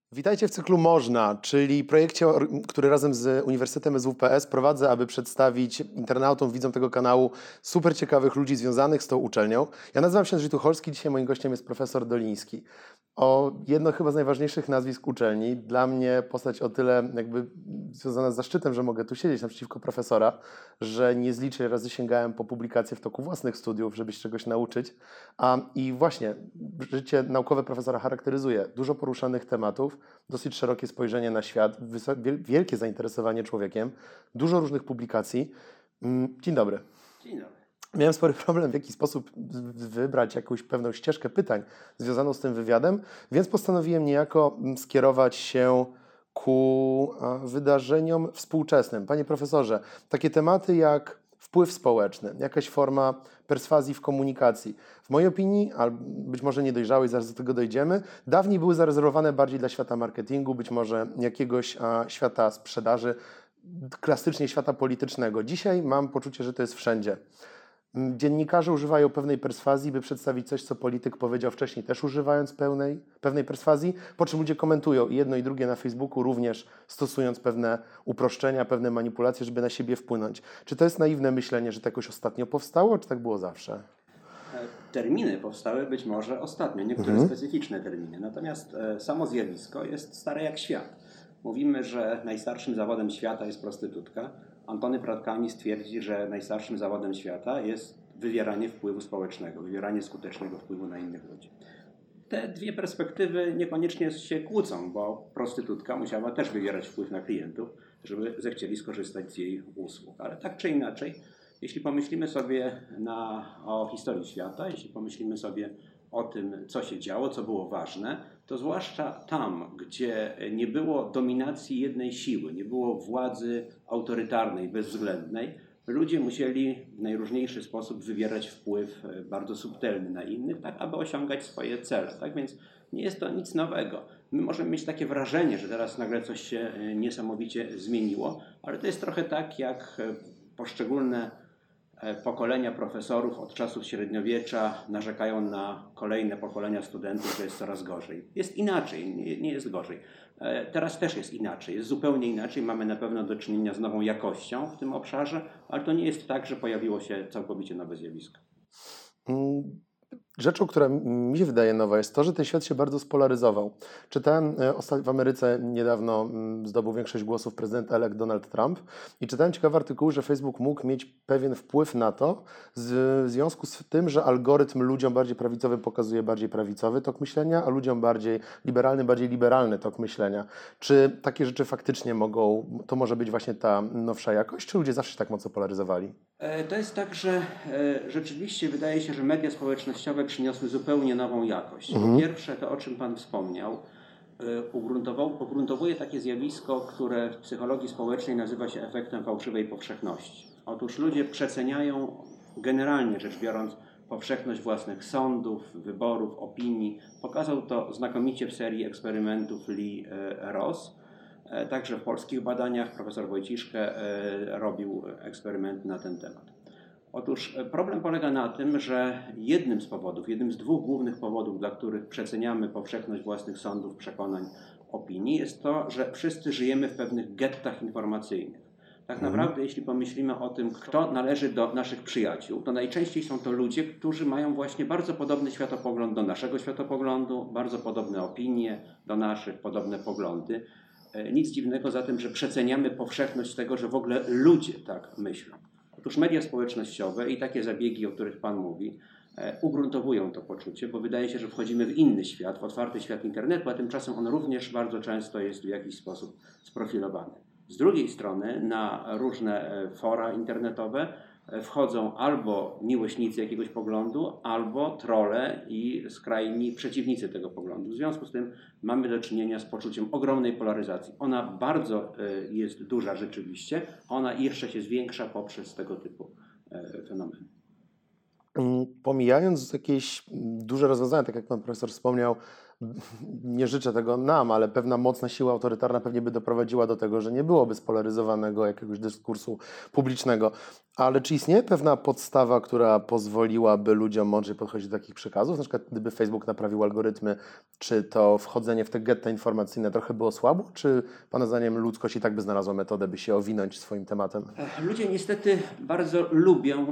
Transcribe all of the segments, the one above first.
Witajcie w cyklu Można, czyli projekcie, który razem z Uniwersytetem SWPS prowadzę, aby przedstawić internautom, widzom tego kanału super ciekawych ludzi związanych z tą uczelnią. Ja nazywam się Andrzej Tucholski, dzisiaj moim gościem jest profesor Doliński. Jedno chyba z najważniejszych nazwisk uczelni. Dla mnie postać o tyle związana z zaszczytem, że mogę tu siedzieć naprzeciwko profesora, że niezlicznie razy sięgałem po publikacje w toku własnych studiów, żeby się czegoś nauczyć. I właśnie życie naukowe profesora charakteryzuje dużo poruszanych tematów, dosyć szerokie spojrzenie na świat, wielkie zainteresowanie człowiekiem, dużo różnych publikacji. Dzień dobry. Dzień dobry. Miałem spory problem, w jaki sposób wybrać jakąś pewną ścieżkę pytań związaną z tym wywiadem, więc postanowiłem niejako skierować się ku wydarzeniom współczesnym. Panie profesorze, takie tematy jak wpływ społeczny, jakaś forma perswazji w komunikacji. W mojej opinii, albo być może niedojrzałej, zaraz do tego dojdziemy, dawniej były zarezerwowane bardziej dla świata marketingu, być może jakiegoś świata sprzedaży, klasycznie świata politycznego. Dzisiaj mam poczucie, że to jest wszędzie. Dziennikarze używają pewnej perswazji, by przedstawić coś, co polityk powiedział wcześniej, też używając pewnej perswazji, po czym ludzie komentują i jedno i drugie na Facebooku, również stosując pewne uproszczenia, pewne manipulacje, żeby na siebie wpłynąć. Czy to jest naiwne myślenie, że to jakoś ostatnio powstało, czy tak było zawsze? Terminy powstały być może ostatnio, niektóre specyficzne terminy, natomiast samo zjawisko jest stare jak świat. Mówimy, że najstarszym zawodem świata jest prostytutka. Antony Pradkami stwierdzi, że najstarszym zawodem świata jest wywieranie wpływu społecznego, wywieranie skutecznego wpływu na innych ludzi. Te dwie perspektywy niekoniecznie się kłócą, bo prostytutka musiała też wywierać wpływ na klientów, żeby zechcieli skorzystać z jej usług. Ale tak czy inaczej, jeśli pomyślimy sobie o historii świata, jeśli pomyślimy sobie o tym, co się działo, co było ważne, to zwłaszcza tam, gdzie nie było dominacji jednej siły, nie było władzy autorytarnej, bezwzględnej, ludzie musieli w najróżniejszy sposób wywierać wpływ bardzo subtelny na innych, tak aby osiągać swoje cele. Tak więc nie jest to nic nowego. My możemy mieć takie wrażenie, że teraz nagle coś się niesamowicie zmieniło, ale to jest trochę tak, jak poszczególne pokolenia profesorów od czasów średniowiecza narzekają na kolejne pokolenia studentów, że jest coraz gorzej. Jest inaczej, nie jest gorzej. Teraz też jest inaczej, jest zupełnie inaczej. Mamy na pewno do czynienia z nową jakością w tym obszarze, ale to nie jest tak, że pojawiło się całkowicie nowe zjawisko. Rzeczą, która mi się wydaje nowa, jest to, że ten świat się bardzo spolaryzował. Czytałem w Ameryce niedawno zdobył większość głosów prezydent-elekt Donald Trump i czytałem ciekawy artykuł, że Facebook mógł mieć pewien wpływ na to w związku z tym, że algorytm ludziom bardziej prawicowym pokazuje bardziej prawicowy tok myślenia, a ludziom bardziej liberalny tok myślenia. Czy takie rzeczy faktycznie to może być właśnie ta nowsza jakość, czy ludzie zawsze się tak mocno polaryzowali? To jest tak, że rzeczywiście wydaje się, że media społecznościowe przyniosły zupełnie nową jakość. Po pierwsze, to o czym Pan wspomniał, ugruntowuje takie zjawisko, które w psychologii społecznej nazywa się efektem fałszywej powszechności. Otóż ludzie przeceniają, generalnie rzecz biorąc, powszechność własnych sądów, wyborów, opinii. Pokazał to znakomicie w serii eksperymentów Lee Ross. Także w polskich badaniach profesor Wojciszkę robił eksperymenty na ten temat. Otóż problem polega na tym, że jednym z dwóch głównych powodów, dla których przeceniamy powszechność własnych sądów, przekonań, opinii, jest to, że wszyscy żyjemy w pewnych gettach informacyjnych. Tak naprawdę, jeśli pomyślimy o tym, kto należy do naszych przyjaciół, to najczęściej są to ludzie, którzy mają właśnie bardzo podobny światopogląd do naszego światopoglądu, bardzo podobne opinie do naszych, podobne poglądy. Nic dziwnego zatem, że przeceniamy powszechność tego, że w ogóle ludzie tak myślą. Otóż media społecznościowe i takie zabiegi, o których Pan mówi, ugruntowują to poczucie, bo wydaje się, że wchodzimy w inny świat, w otwarty świat internetu, a tymczasem on również bardzo często jest w jakiś sposób sprofilowany. Z drugiej strony na różne fora internetowe wchodzą albo miłośnicy jakiegoś poglądu, albo trolle i skrajni przeciwnicy tego poglądu. W związku z tym mamy do czynienia z poczuciem ogromnej polaryzacji. Ona bardzo jest duża rzeczywiście, ona jeszcze się zwiększa poprzez tego typu fenomeny. Pomijając jakieś duże rozwiązania, tak jak pan profesor wspomniał, nie życzę tego nam, ale pewna mocna siła autorytarna pewnie by doprowadziła do tego, że nie byłoby spolaryzowanego jakiegoś dyskursu publicznego. Ale czy istnieje pewna podstawa, która pozwoliłaby ludziom mądrzej podchodzić do takich przekazów? Na przykład gdyby Facebook naprawił algorytmy, czy to wchodzenie w te getta informacyjne trochę było słabo? Czy pana zdaniem ludzkość i tak by znalazła metodę, by się owinąć swoim tematem? Ludzie niestety bardzo lubią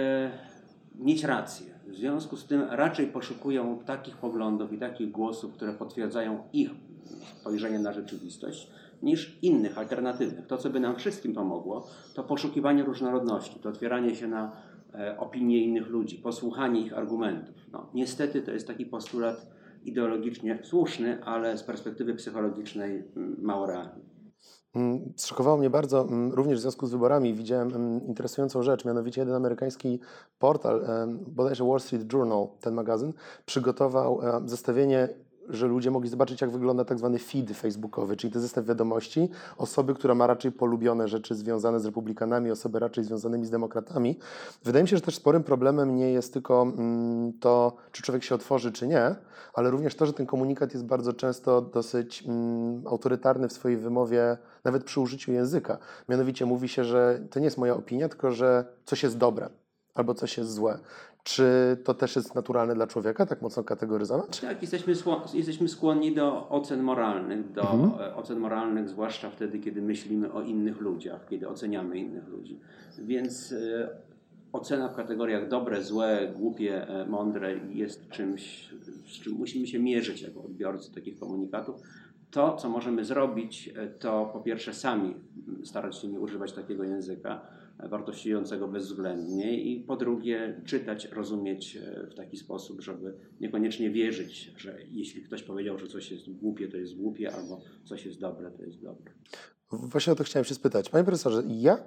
mieć rację. W związku z tym raczej poszukują takich poglądów i takich głosów, które potwierdzają ich spojrzenie na rzeczywistość, niż innych, alternatywnych. To, co by nam wszystkim pomogło, to poszukiwanie różnorodności, to otwieranie się na opinie innych ludzi, posłuchanie ich argumentów. No, niestety to jest taki postulat ideologicznie słuszny, ale z perspektywy psychologicznej mało realny. Zszokowało mnie bardzo, również w związku z wyborami widziałem interesującą rzecz, mianowicie jeden amerykański portal, bodajże Wall Street Journal, ten magazyn, przygotował zestawienie, że ludzie mogli zobaczyć, jak wygląda tak zwany feed facebookowy, czyli to zestaw wiadomości osoby, która ma raczej polubione rzeczy związane z republikanami, osoby raczej związanymi z demokratami. Wydaje mi się, że też sporym problemem nie jest tylko to, czy człowiek się otworzy, czy nie, ale również to, że ten komunikat jest bardzo często dosyć autorytarny w swojej wymowie, nawet przy użyciu języka. Mianowicie mówi się, że to nie jest moja opinia, tylko że coś jest dobre albo coś jest złe. Czy to też jest naturalne dla człowieka, tak mocno kategoryzować? Tak, jesteśmy skłonni do ocen moralnych, ocen moralnych zwłaszcza wtedy, kiedy myślimy o innych ludziach, kiedy oceniamy innych ludzi. Więc ocena w kategoriach dobre, złe, głupie, mądre jest czymś, z czym musimy się mierzyć jako odbiorcy takich komunikatów. To, co możemy zrobić, to po pierwsze sami starać się nie używać takiego języka wartościującego bezwzględnie i po drugie czytać, rozumieć w taki sposób, żeby niekoniecznie wierzyć, że jeśli ktoś powiedział, że coś jest głupie, to jest głupie, albo coś jest dobre, to jest dobre. Właśnie o to chciałem się spytać. Panie profesorze,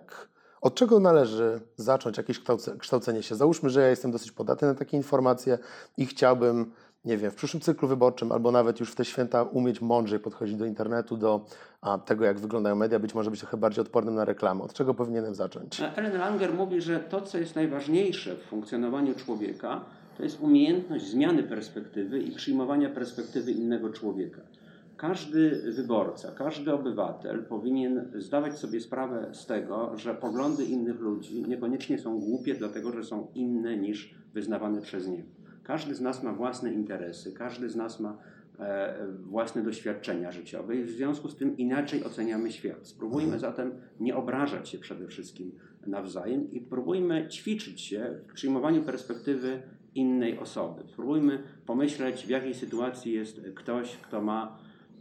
od czego należy zacząć jakieś kształcenie się? Załóżmy, że ja jestem dosyć podatny na takie informacje i chciałbym, nie wiem, w przyszłym cyklu wyborczym albo nawet już w te święta umieć mądrzej podchodzić do internetu, do tego, jak wyglądają media, być może być trochę bardziej odpornym na reklamę. Od czego powinienem zacząć? Ellen Langer mówi, że to, co jest najważniejsze w funkcjonowaniu człowieka, to jest umiejętność zmiany perspektywy i przyjmowania perspektywy innego człowieka. Każdy wyborca, każdy obywatel powinien zdawać sobie sprawę z tego, że poglądy innych ludzi niekoniecznie są głupie, dlatego że są inne niż wyznawane przez niego. Każdy z nas ma własne interesy, każdy z nas ma własne doświadczenia życiowe i w związku z tym inaczej oceniamy świat. Spróbujmy zatem nie obrażać się przede wszystkim nawzajem i próbujmy ćwiczyć się w przyjmowaniu perspektywy innej osoby. Spróbujmy pomyśleć, w jakiej sytuacji jest ktoś, kto ma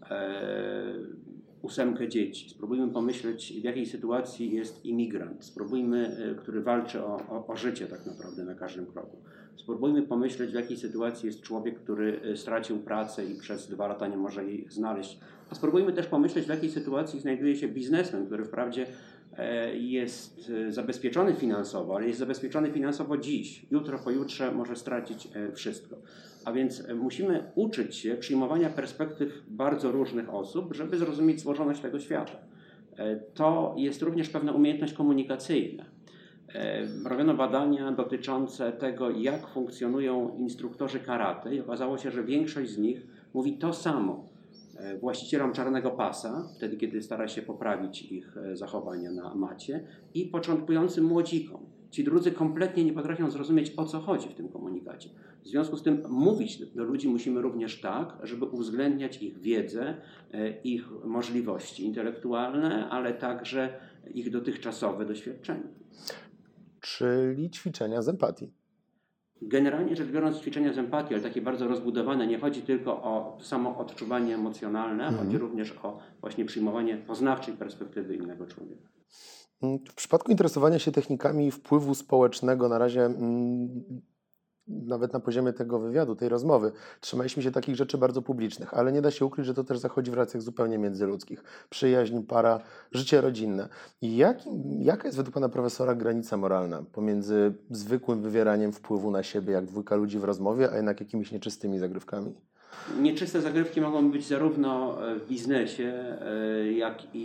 8 dzieci. Spróbujmy pomyśleć, w jakiej sytuacji jest imigrant. Spróbujmy, który walczy o życie tak naprawdę na każdym kroku. Spróbujmy pomyśleć, w jakiej sytuacji jest człowiek, który stracił pracę i przez 2 lata nie może jej znaleźć. A spróbujmy też pomyśleć, w jakiej sytuacji znajduje się biznesmen, który wprawdzie jest zabezpieczony finansowo, ale jest zabezpieczony finansowo dziś. Jutro, pojutrze może stracić wszystko. A więc musimy uczyć się przyjmowania perspektyw bardzo różnych osób, żeby zrozumieć złożoność tego świata. To jest również pewna umiejętność komunikacyjna. Robiono badania dotyczące tego, jak funkcjonują instruktorzy karate i okazało się, że większość z nich mówi to samo właścicielom czarnego pasa, wtedy kiedy stara się poprawić ich zachowania na macie, i początkującym młodzikom. Ci drudzy kompletnie nie potrafią zrozumieć, o co chodzi w tym komunikacie. W związku z tym mówić do ludzi musimy również tak, żeby uwzględniać ich wiedzę, ich możliwości intelektualne, ale także ich dotychczasowe doświadczenia. Czyli ćwiczenia z empatii. Generalnie rzecz biorąc, ćwiczenia z empatii, ale takie bardzo rozbudowane, nie chodzi tylko o samo odczuwanie emocjonalne, chodzi również o właśnie przyjmowanie poznawczej perspektywy innego człowieka. W przypadku interesowania się technikami wpływu społecznego na razie, nawet na poziomie tego wywiadu, tej rozmowy, trzymaliśmy się takich rzeczy bardzo publicznych, ale nie da się ukryć, że to też zachodzi w relacjach zupełnie międzyludzkich. Przyjaźń, para, życie rodzinne. I jaka jest według pana profesora granica moralna pomiędzy zwykłym wywieraniem wpływu na siebie, jak 2 ludzi w rozmowie, a jednak jakimiś nieczystymi zagrywkami? Nieczyste zagrywki mogą być zarówno w biznesie, jak i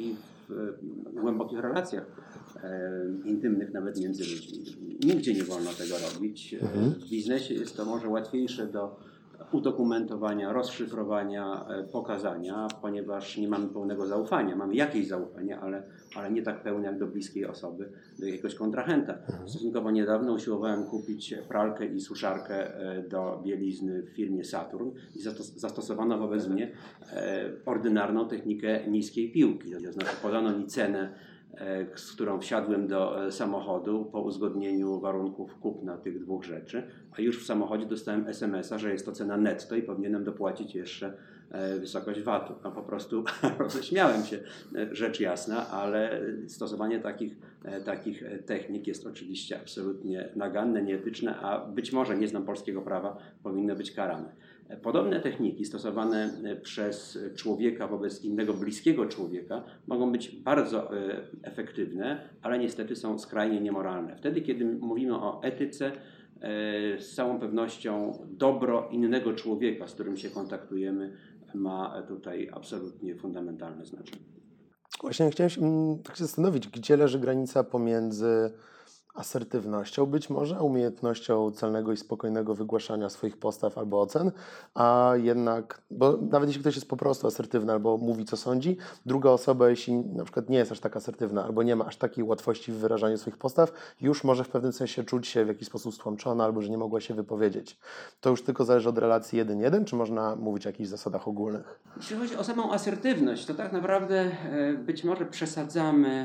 głębokich relacjach intymnych, nawet między ludźmi. Nigdzie nie wolno tego robić. W biznesie jest to może łatwiejsze do udokumentowania, rozszyfrowania, pokazania, ponieważ nie mamy pełnego zaufania. Mamy jakieś zaufanie, ale nie tak pełne jak do bliskiej osoby, do jakiegoś kontrahenta. Stosunkowo niedawno usiłowałem kupić pralkę i suszarkę do bielizny w firmie Saturn i zastosowano wobec mnie ordynarną technikę niskiej piłki. To znaczy podano mi cenę, z którą wsiadłem do samochodu po uzgodnieniu warunków kupna tych dwóch rzeczy, a już w samochodzie dostałem SMS-a, że jest to cena netto i powinienem dopłacić jeszcze wysokość VAT-u. No po prostu roześmiałem się, rzecz jasna, ale stosowanie takich technik jest oczywiście absolutnie naganne, nieetyczne, a być może, nie znam polskiego prawa, powinno być karane. Podobne techniki stosowane przez człowieka wobec innego bliskiego człowieka mogą być bardzo efektywne, ale niestety są skrajnie niemoralne. Wtedy, kiedy mówimy o etyce, z całą pewnością dobro innego człowieka, z którym się kontaktujemy, ma tutaj absolutnie fundamentalne znaczenie. Właśnie chciałem się tak się zastanowić, gdzie leży granica pomiędzy asertywnością, być może, a umiejętnością celnego i spokojnego wygłaszania swoich postaw albo ocen, a jednak, bo nawet jeśli ktoś jest po prostu asertywny albo mówi co sądzi, druga osoba, jeśli na przykład nie jest aż tak asertywna albo nie ma aż takiej łatwości w wyrażaniu swoich postaw, już może w pewnym sensie czuć się w jakiś sposób stłamszona albo że nie mogła się wypowiedzieć. To już tylko zależy od relacji 1-1, czy można mówić o jakichś zasadach ogólnych? Jeśli chodzi o samą asertywność, to tak naprawdę być może przesadzamy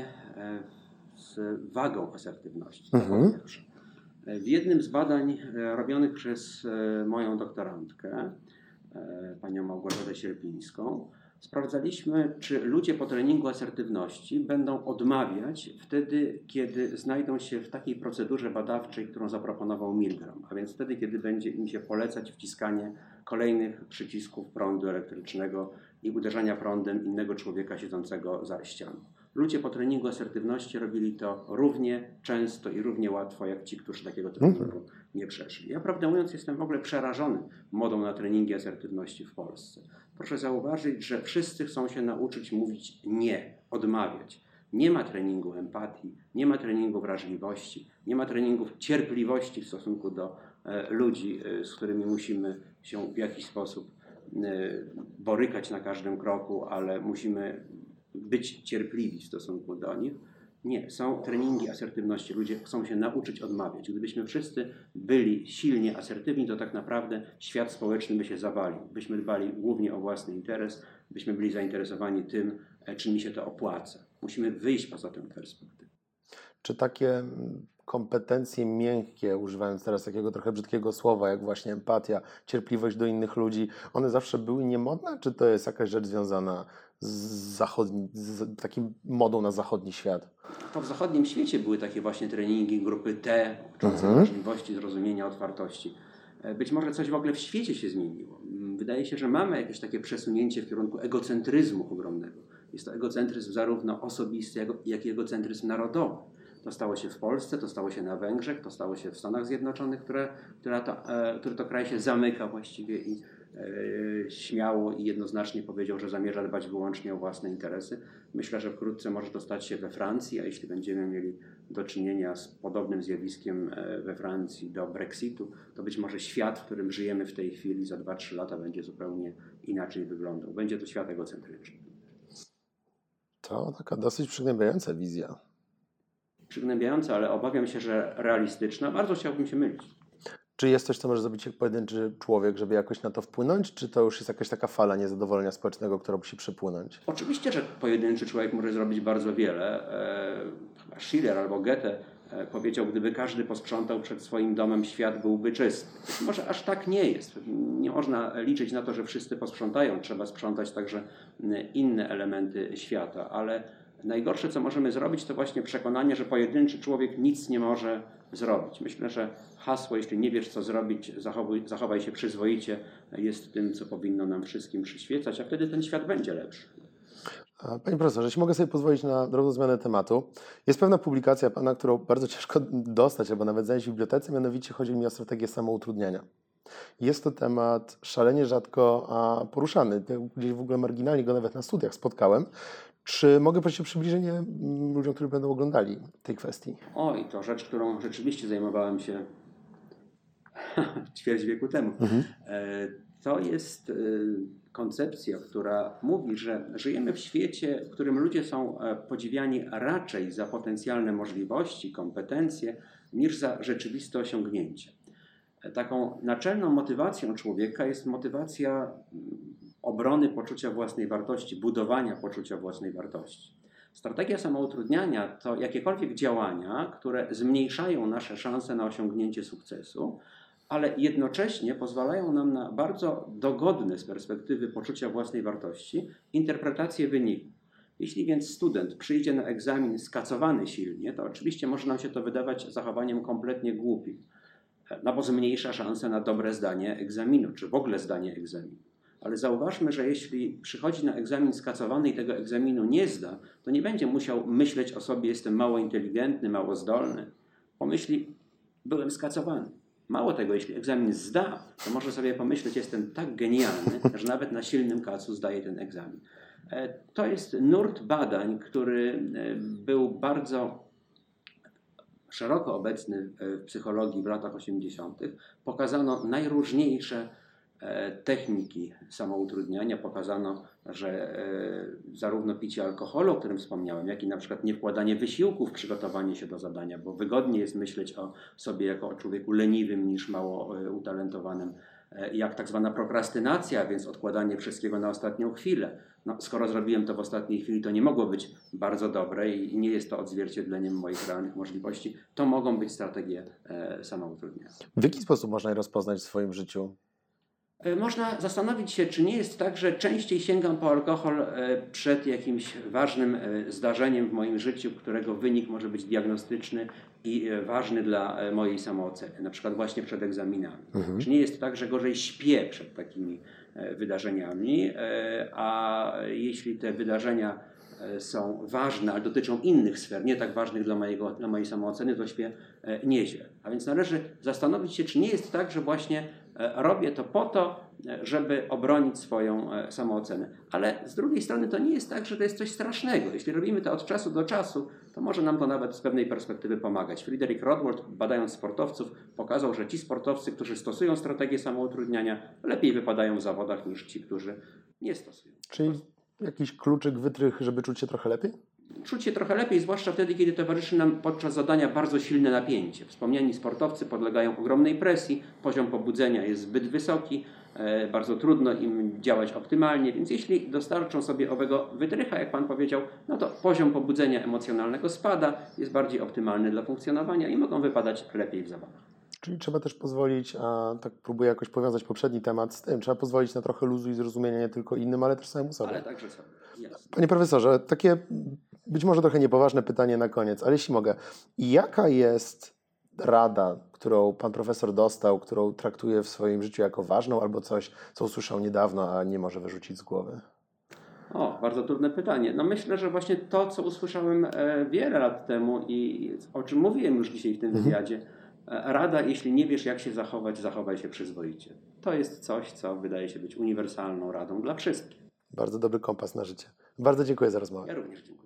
z wagą asertywności. To po pierwsze. W jednym z badań robionych przez moją doktorantkę, panią Małgorzatę Sierpińską, sprawdzaliśmy, czy ludzie po treningu asertywności będą odmawiać wtedy, kiedy znajdą się w takiej procedurze badawczej, którą zaproponował Milgram, a więc wtedy, kiedy będzie im się polecać wciskanie kolejnych przycisków prądu elektrycznego i uderzania prądem innego człowieka siedzącego za ścianą. Ludzie po treningu asertywności robili to równie często i równie łatwo, jak ci, którzy takiego treningu nie przeszli. Ja, prawdę mówiąc, jestem w ogóle przerażony modą na treningi asertywności w Polsce. Proszę zauważyć, że wszyscy chcą się nauczyć mówić nie, odmawiać. Nie ma treningu empatii, nie ma treningu wrażliwości, nie ma treningów cierpliwości w stosunku do ludzi, z którymi musimy się w jakiś sposób borykać na każdym kroku, ale musimy być cierpliwi w stosunku do nich. Nie, są treningi asertywności. Ludzie chcą się nauczyć odmawiać. Gdybyśmy wszyscy byli silnie asertywni, to tak naprawdę świat społeczny by się zawalił. Byśmy dbali głównie o własny interes, byśmy byli zainteresowani tym, czy mi się to opłaca. Musimy wyjść poza tę perspektywę. Czy takie kompetencje miękkie, używając teraz takiego trochę brzydkiego słowa, jak właśnie empatia, cierpliwość do innych ludzi, one zawsze były niemodne, czy to jest jakaś rzecz związana z takim modą na zachodni świat? To w zachodnim świecie były takie właśnie treningi grupy T, uczące wrażliwości, zrozumienia, otwartości. Być może coś w ogóle w świecie się zmieniło. Wydaje się, że mamy jakieś takie przesunięcie w kierunku egocentryzmu ogromnego. Jest to egocentryzm zarówno osobisty, jak i egocentryzm narodowy. To stało się w Polsce, to stało się na Węgrzech, to stało się w Stanach Zjednoczonych, który to kraj się zamyka właściwie i śmiało i jednoznacznie powiedział, że zamierza dbać wyłącznie o własne interesy. Myślę, że wkrótce może to stać się we Francji, a jeśli będziemy mieli do czynienia z podobnym zjawiskiem we Francji do Brexitu, to być może świat, w którym żyjemy w tej chwili za 2-3 lata będzie zupełnie inaczej wyglądał. Będzie to świat egocentryczny. To taka dosyć przygnębiająca wizja. Przygnębiająca, ale obawiam się, że realistyczna. Bardzo chciałbym się mylić. Czy jest coś, co może zrobić jak pojedynczy człowiek, żeby jakoś na to wpłynąć, czy to już jest jakaś taka fala niezadowolenia społecznego, która musi przepłynąć? Oczywiście, że pojedynczy człowiek może zrobić bardzo wiele. Chyba Schiller albo Goethe powiedział, gdyby każdy posprzątał przed swoim domem, świat byłby czysty. Może aż tak nie jest. Nie można liczyć na to, że wszyscy posprzątają. Trzeba sprzątać także inne elementy świata, ale najgorsze, co możemy zrobić, to właśnie przekonanie, że pojedynczy człowiek nic nie może zrobić. Myślę, że hasło, jeśli nie wiesz, co zrobić, zachowaj się przyzwoicie, jest tym, co powinno nam wszystkim przyświecać, a wtedy ten świat będzie lepszy. Panie profesorze, jeśli mogę sobie pozwolić na drobną zmianę tematu. Jest pewna publikacja pana, którą bardzo ciężko dostać, albo nawet znaleźć w bibliotece, mianowicie chodzi mi o strategię samoutrudniania. Jest to temat szalenie rzadko poruszany. Gdzieś w ogóle marginalnie go nawet na studiach spotkałem. Czy mogę prosić o przybliżenie ludziom, którzy będą oglądali tej kwestii? Oj, to rzecz, którą rzeczywiście zajmowałem się ćwierć wieku temu. To jest koncepcja, która mówi, że żyjemy w świecie, w którym ludzie są podziwiani raczej za potencjalne możliwości, kompetencje, niż za rzeczywiste osiągnięcia. Taką naczelną motywacją człowieka jest motywacja obrony poczucia własnej wartości, budowania poczucia własnej wartości. Strategia samoutrudniania to jakiekolwiek działania, które zmniejszają nasze szanse na osiągnięcie sukcesu, ale jednocześnie pozwalają nam na bardzo dogodne z perspektywy poczucia własnej wartości interpretację wyniku. Jeśli więc student przyjdzie na egzamin skacowany silnie, to oczywiście może nam się to wydawać zachowaniem kompletnie głupim, no bo zmniejsza szanse na dobre zdanie egzaminu, czy w ogóle zdanie egzaminu. Ale zauważmy, że jeśli przychodzi na egzamin skacowany i tego egzaminu nie zda, to nie będzie musiał myśleć o sobie, jestem mało inteligentny, mało zdolny. Pomyśli, byłem skacowany. Mało tego, jeśli egzamin zda, to może sobie pomyśleć, jestem tak genialny, że nawet na silnym kacu zdaję ten egzamin. To jest nurt badań, który był bardzo szeroko obecny w psychologii w latach 80. Pokazano najróżniejsze techniki samoutrudniania. Pokazano, że zarówno picie alkoholu, o którym wspomniałem, jak i na przykład nie wkładanie wysiłku w przygotowanie się do zadania, bo wygodniej jest myśleć o sobie jako o człowieku leniwym niż mało utalentowanym, jak tak zwana prokrastynacja, więc odkładanie wszystkiego na ostatnią chwilę. No, skoro zrobiłem to w ostatniej chwili, to nie mogło być bardzo dobre i nie jest to odzwierciedleniem moich realnych możliwości. To mogą być strategie samoutrudniania. W jaki sposób można je rozpoznać w swoim życiu? Można zastanowić się, czy nie jest tak, że częściej sięgam po alkohol przed jakimś ważnym zdarzeniem w moim życiu, którego wynik może być diagnostyczny i ważny dla mojej samooceny, na przykład właśnie przed egzaminami. Czy nie jest tak, że gorzej śpię przed takimi wydarzeniami, a jeśli te wydarzenia są ważne, ale dotyczą innych sfer, nie tak ważnych dla mojej samooceny, to śpię nieźle. A więc należy zastanowić się, czy nie jest tak, że właśnie robię to po to, żeby obronić swoją samoocenę. Ale z drugiej strony to nie jest tak, że to jest coś strasznego. Jeśli robimy to od czasu do czasu, to może nam to nawet z pewnej perspektywy pomagać. Frederick Rodward, badając sportowców, pokazał, że ci sportowcy, którzy stosują strategię samoutrudniania, lepiej wypadają w zawodach niż ci, którzy nie stosują. Czyli jakiś kluczyk, wytrych, żeby czuć się trochę lepiej? Czuć się trochę lepiej, zwłaszcza wtedy, kiedy towarzyszy nam podczas zadania bardzo silne napięcie. Wspomniani sportowcy podlegają ogromnej presji, poziom pobudzenia jest zbyt wysoki, bardzo trudno im działać optymalnie, więc jeśli dostarczą sobie owego wytrycha, jak Pan powiedział, no to poziom pobudzenia emocjonalnego spada, jest bardziej optymalny dla funkcjonowania i mogą wypadać lepiej w zawodach. Czyli trzeba też pozwolić, a tak próbuję jakoś powiązać poprzedni temat z tym, trzeba pozwolić na trochę luzu i zrozumienia nie tylko innym, ale też samemu sobie. Ale także sobie, jasne. Panie profesorze, takie być może trochę niepoważne pytanie na koniec, ale jeśli mogę. Jaka jest rada, którą pan profesor dostał, którą traktuje w swoim życiu jako ważną, albo coś, co usłyszał niedawno, a nie może wyrzucić z głowy? O, bardzo trudne pytanie. No myślę, że właśnie to, co usłyszałem wiele lat temu i o czym mówiłem już dzisiaj w tym wywiadzie, rada, jeśli nie wiesz, jak się zachować, zachowaj się przyzwoicie. To jest coś, co wydaje się być uniwersalną radą dla wszystkich. Bardzo dobry kompas na życie. Bardzo dziękuję za rozmowę. Ja również dziękuję.